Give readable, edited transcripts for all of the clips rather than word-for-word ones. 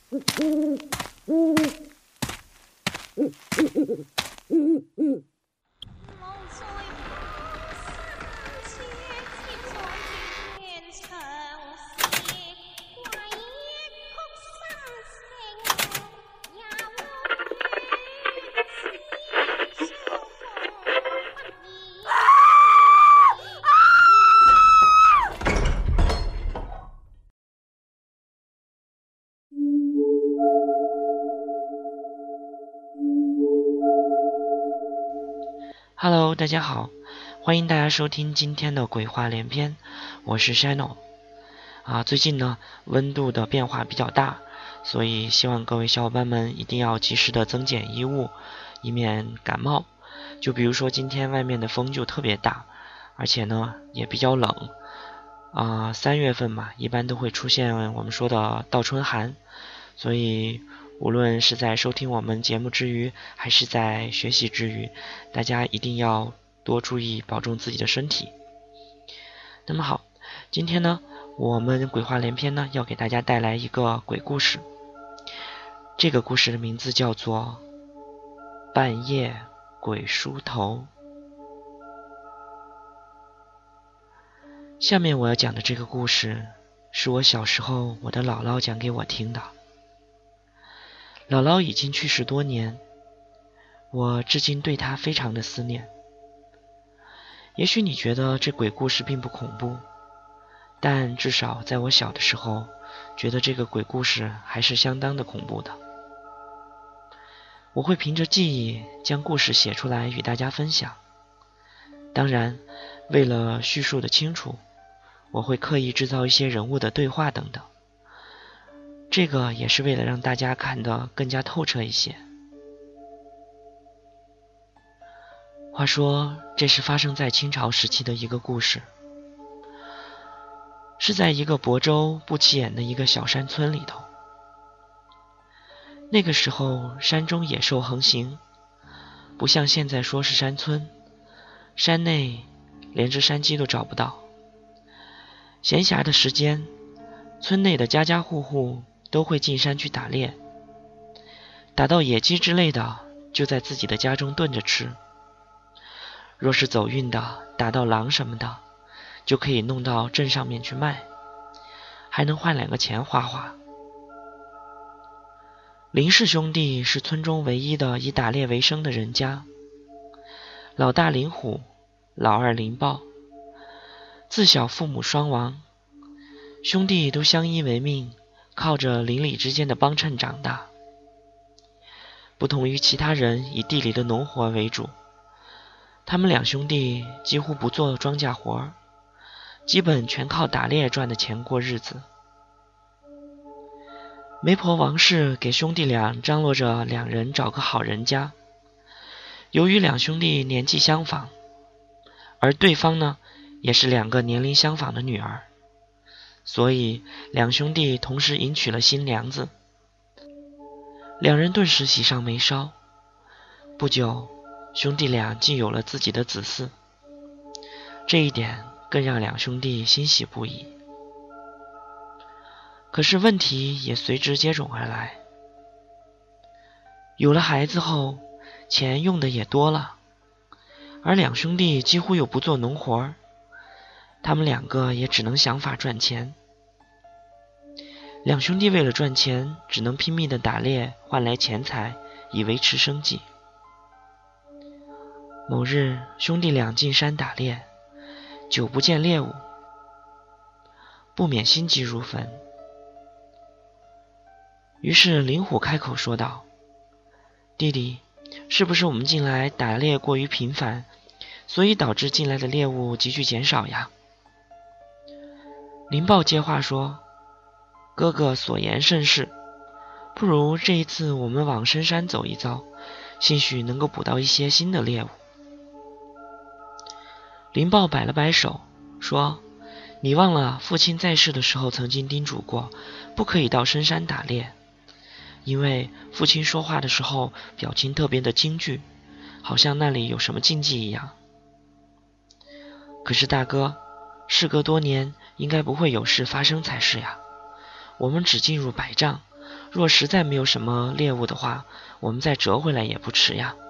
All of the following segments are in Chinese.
Hello， 大家好，欢迎大家收听今天的鬼话连篇，我是 Shano。最近呢，温度的变化比较大，所以希望各位小伙伴们一定要及时的增减衣物，以免感冒。就比如说今天外面的风就特别大，而且呢也比较冷。3月份嘛，一般都会出现我们说的倒春寒，所以无论是在收听我们节目之余，还是在学习之余，大家一定要多注意保重自己的身体。那么好，今天呢，我们鬼话连篇呢要给大家带来一个鬼故事。这个故事的名字叫做半夜鬼梳头。下面我要讲的这个故事是我小时候我的姥姥讲给我听的。姥姥已经去世多年，我至今对她非常的思念。也许你觉得这鬼故事并不恐怖，但至少在我小的时候，觉得这个鬼故事还是相当的恐怖的。我会凭着记忆将故事写出来与大家分享。当然，为了叙述的清楚，我会刻意制造一些人物的对话等等。这个也是为了让大家看得更加透彻一些。话说，这是发生在清朝时期的一个故事，是在一个亳州不起眼的一个小山村里头。那个时候山中野兽横行，不像现在说是山村，山内连只山鸡都找不到。闲暇的时间，村内的家家户户都会进山去打猎，打到野鸡之类的就在自己的家中炖着吃。若是走运的打到狼什么的，就可以弄到镇上面去卖，还能换2个钱花花。林氏兄弟是村中唯一的以打猎为生的人家，老大林虎，老二林豹。自小父母双亡，兄弟都相依为命，靠着邻里之间的帮衬长大。不同于其他人以地里的农活为主，他们2兄弟几乎不做庄稼活，基本全靠打猎赚的钱过日子。媒婆王氏给兄弟俩张罗着2人找个好人家。由于2兄弟年纪相仿，而对方呢也是2个年龄相仿的女儿，所以2兄弟同时迎娶了新娘子。2人顿时喜上眉梢，不久兄弟俩竟有了自己的子嗣，这一点更让2兄弟欣喜不已。可是问题也随之接踵而来。有了孩子后，钱用的也多了，而2兄弟几乎又不做农活，他们2个也只能想法赚钱。2兄弟为了赚钱，只能拼命的打猎换来钱财，以维持生计。某日，兄弟俩进山打猎，久不见猎物，不免心急如焚。于是林虎开口说道：“弟弟，是不是我们近来打猎过于频繁，所以导致进来的猎物急剧减少呀？”林豹接话说：“哥哥所言甚是，不如这一次我们往深山走一遭，兴许能够捕到一些新的猎物。”林豹摆了摆手说：“你忘了父亲在世的时候曾经叮嘱过，不可以到深山打猎，因为父亲说话的时候表情特别的惊惧，好像那里有什么禁忌一样。可是大哥，事隔多年，应该不会有事发生才是呀。我们只进入100丈， 若实在没有什么猎物的话，我们再折回来也不迟呀。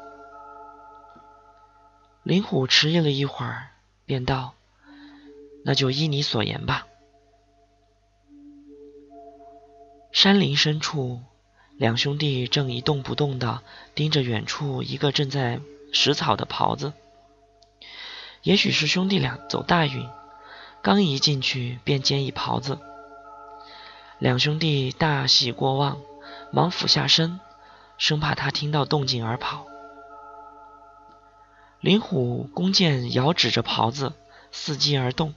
灵虎迟疑了一会儿，便道：那就依你所言吧。山林深处，两兄弟正一动不动地盯着远处一个正在食草的狍子。也许是兄弟俩走大运，刚一进去便捡一狍子。两兄弟大喜过望，忙俯下身，生怕他听到动静而跑。灵虎弓箭遥指着狍子，伺机而动。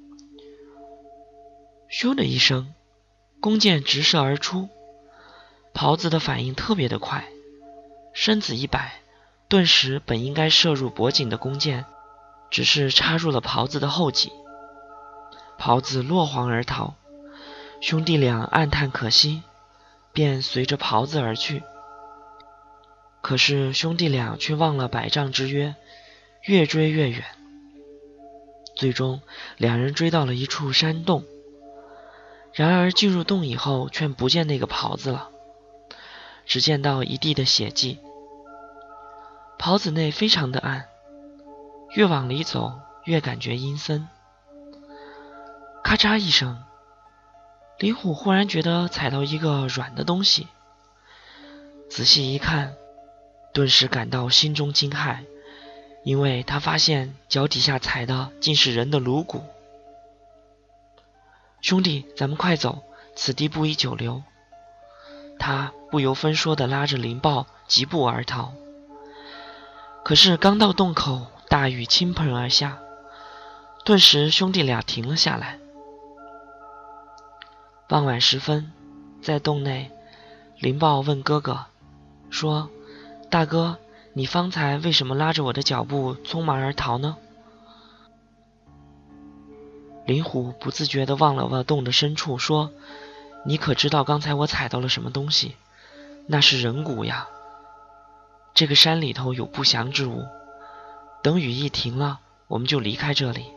咻的一声，弓箭直射而出，狍子的反应特别的快，身子一摆，顿时本应该射入脖颈的弓箭，只是插入了狍子的后脊，狍子落荒而逃。兄弟俩暗叹可惜，便随着狍子而去。可是兄弟俩却忘了百丈之约，越追越远。最终两人追到了一处山洞，然而进入洞以后却不见那个狍子了，只见到一地的血迹。狍子内非常的暗，越往里走越感觉阴森。咔嚓一声，灵虎忽然觉得踩到一个软的东西，仔细一看，顿时感到心中惊骇，因为他发现脚底下踩的竟是人的颅骨。兄弟，咱们快走，此地不宜久留。他不由分说地拉着灵豹疾步而逃。可是刚到洞口，大雨倾盆而下，顿时兄弟俩停了下来。傍晚时分，在洞内，灵豹问哥哥说：大哥，你方才为什么拉着我的脚步匆忙而逃呢？灵虎不自觉地望了望洞的深处，说：你可知道刚才我踩到了什么东西？那是人骨呀！这个山里头有不祥之物，等雨一停了，我们就离开这里。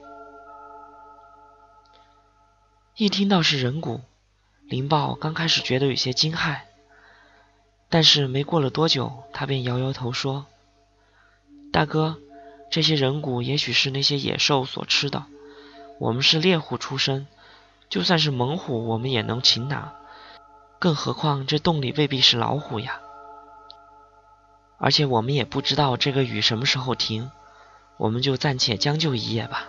一听到是人骨，灵豹刚开始觉得有些惊骇，但是没过了多久，他便摇摇头说：大哥，这些人骨也许是那些野兽所吃的，我们是猎户出身，就算是猛虎我们也能擒拿，更何况这洞里未必是老虎呀。而且我们也不知道这个雨什么时候停，我们就暂且将就一夜吧。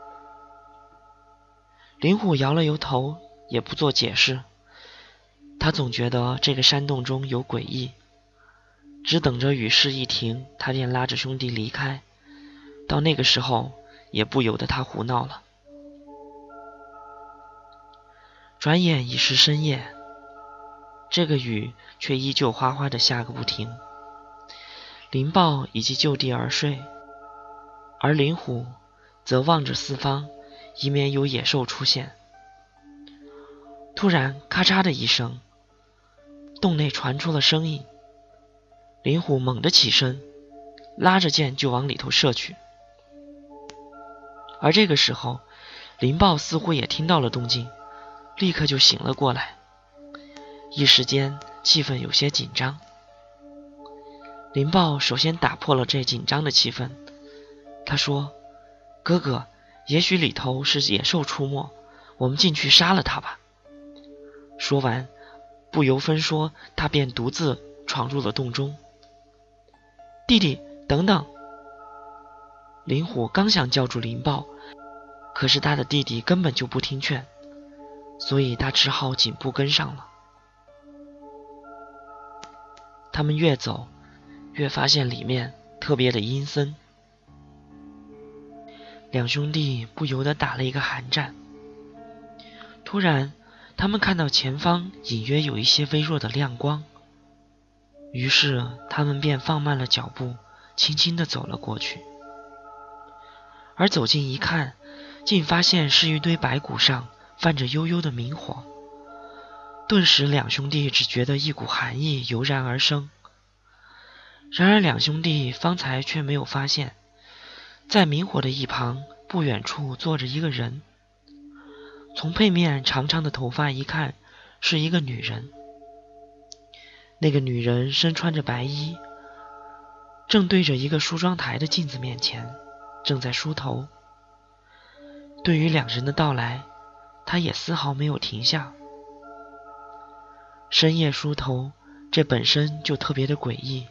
灵虎摇了摇头，也不做解释。他总觉得这个山洞中有诡异，只等着雨势一停，他便拉着兄弟离开。到那个时候，也不由得他胡闹了。转眼已是深夜，这个雨却依旧哗哗地下个不停。灵豹已经就地而睡，而灵虎则望着四方，以免有野兽出现。突然咔嚓的一声，洞内传出了声音。灵虎猛地起身，拉着箭就往里头射去。而这个时候，灵豹似乎也听到了动静，立刻就醒了过来。一时间气氛有些紧张。灵豹首先打破了这紧张的气氛，他说：哥哥，也许里头是野兽出没，我们进去杀了他吧。说完，不由分说，他便独自闯入了洞中。弟弟，等等！灵虎刚想叫住灵豹，可是他的弟弟根本就不听劝，所以他只好紧步跟上了。他们越走越发现里面特别的阴森，两兄弟不由得打了一个寒战。突然他们看到前方隐约有一些微弱的亮光，于是他们便放慢了脚步，轻轻地走了过去。而走近一看，竟发现是一堆白骨上泛着幽幽的明火。顿时两兄弟只觉得一股寒意油然而生。然而两兄弟方才却没有发现，在明火的一旁不远处坐着一个人。从背面长长的头发一看，是一个女人。 那个女人身穿着白衣，正对着一个梳妆台的镜子面前，正在梳头。对于两人的到来，她也丝毫没有停下。深夜梳头，这本身就特别的诡异。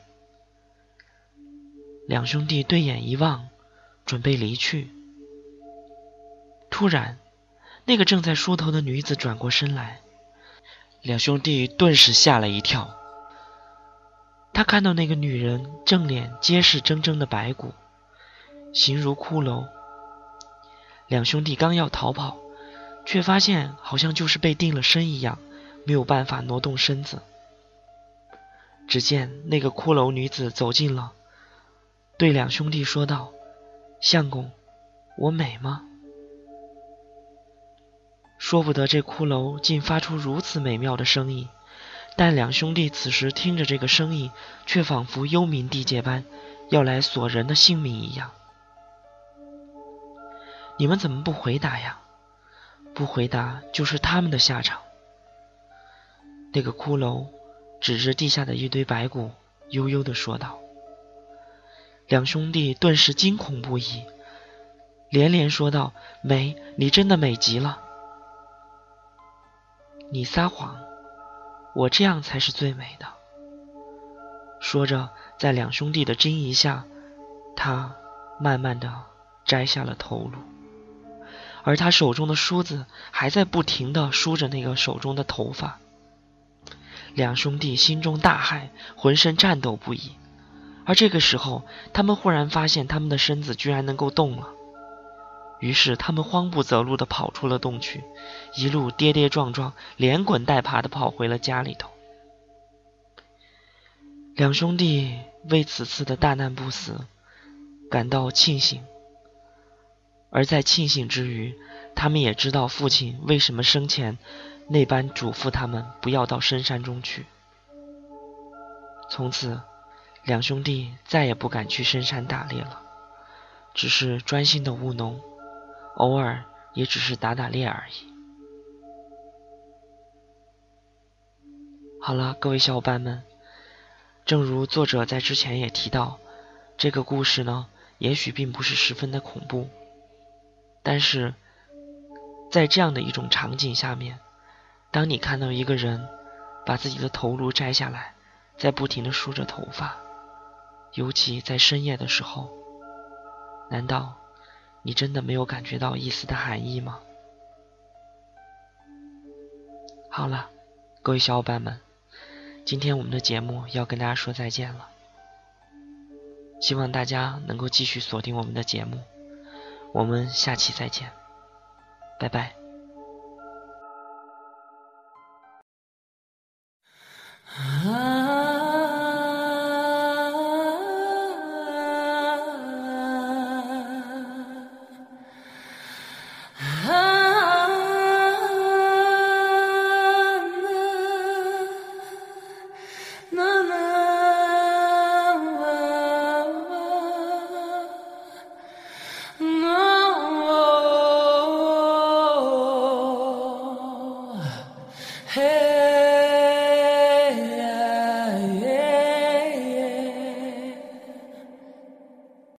两兄弟对眼一望，准备离去。突然，那个正在梳头的女子转过身来，两兄弟顿时吓了一跳。他看到那个女人正脸皆是铮铮的白骨，形如骷髅。两兄弟刚要逃跑，却发现好像就是被定了身一样，没有办法挪动身子。只见那个骷髅女子走近了，对两兄弟说道：“相公，我美吗？”说不得这骷髅竟发出如此美妙的声音，但两兄弟此时听着这个声音，却仿佛幽冥地界般，要来索人的性命一样。你们怎么不回答呀？不回答就是他们的下场。那个骷髅指着地下的一堆白骨，悠悠地说道。两兄弟顿时惊恐不已，连连说道：“美，你真的美极了。”你撒谎，我这样才是最美的。说着，在两兄弟的惊疑下，他慢慢地摘下了头颅，而他手中的梳子还在不停地梳着那个手中的头发。两兄弟心中大骇，浑身颤抖不已。而这个时候，他们忽然发现他们的身子居然能够动了。于是他们慌不择路地跑出了洞去，一路跌跌撞撞，连滚带爬地跑回了家里头。两兄弟为此次的大难不死感到庆幸，而在庆幸之余，他们也知道父亲为什么生前那般嘱咐他们不要到深山中去。从此两兄弟再也不敢去深山打猎了，只是专心的务农，偶尔也只是打打猎而已。好了，各位小伙伴们，正如作者在之前也提到，这个故事呢，也许并不是十分的恐怖，但是在这样的一种场景下面，当你看到一个人把自己的头颅摘下来，在不停地梳着头发，尤其在深夜的时候，难道你真的没有感觉到一丝的寒意吗？好了，各位小伙伴们，今天我们的节目要跟大家说再见了，希望大家能够继续锁定我们的节目，我们下期再见，拜拜。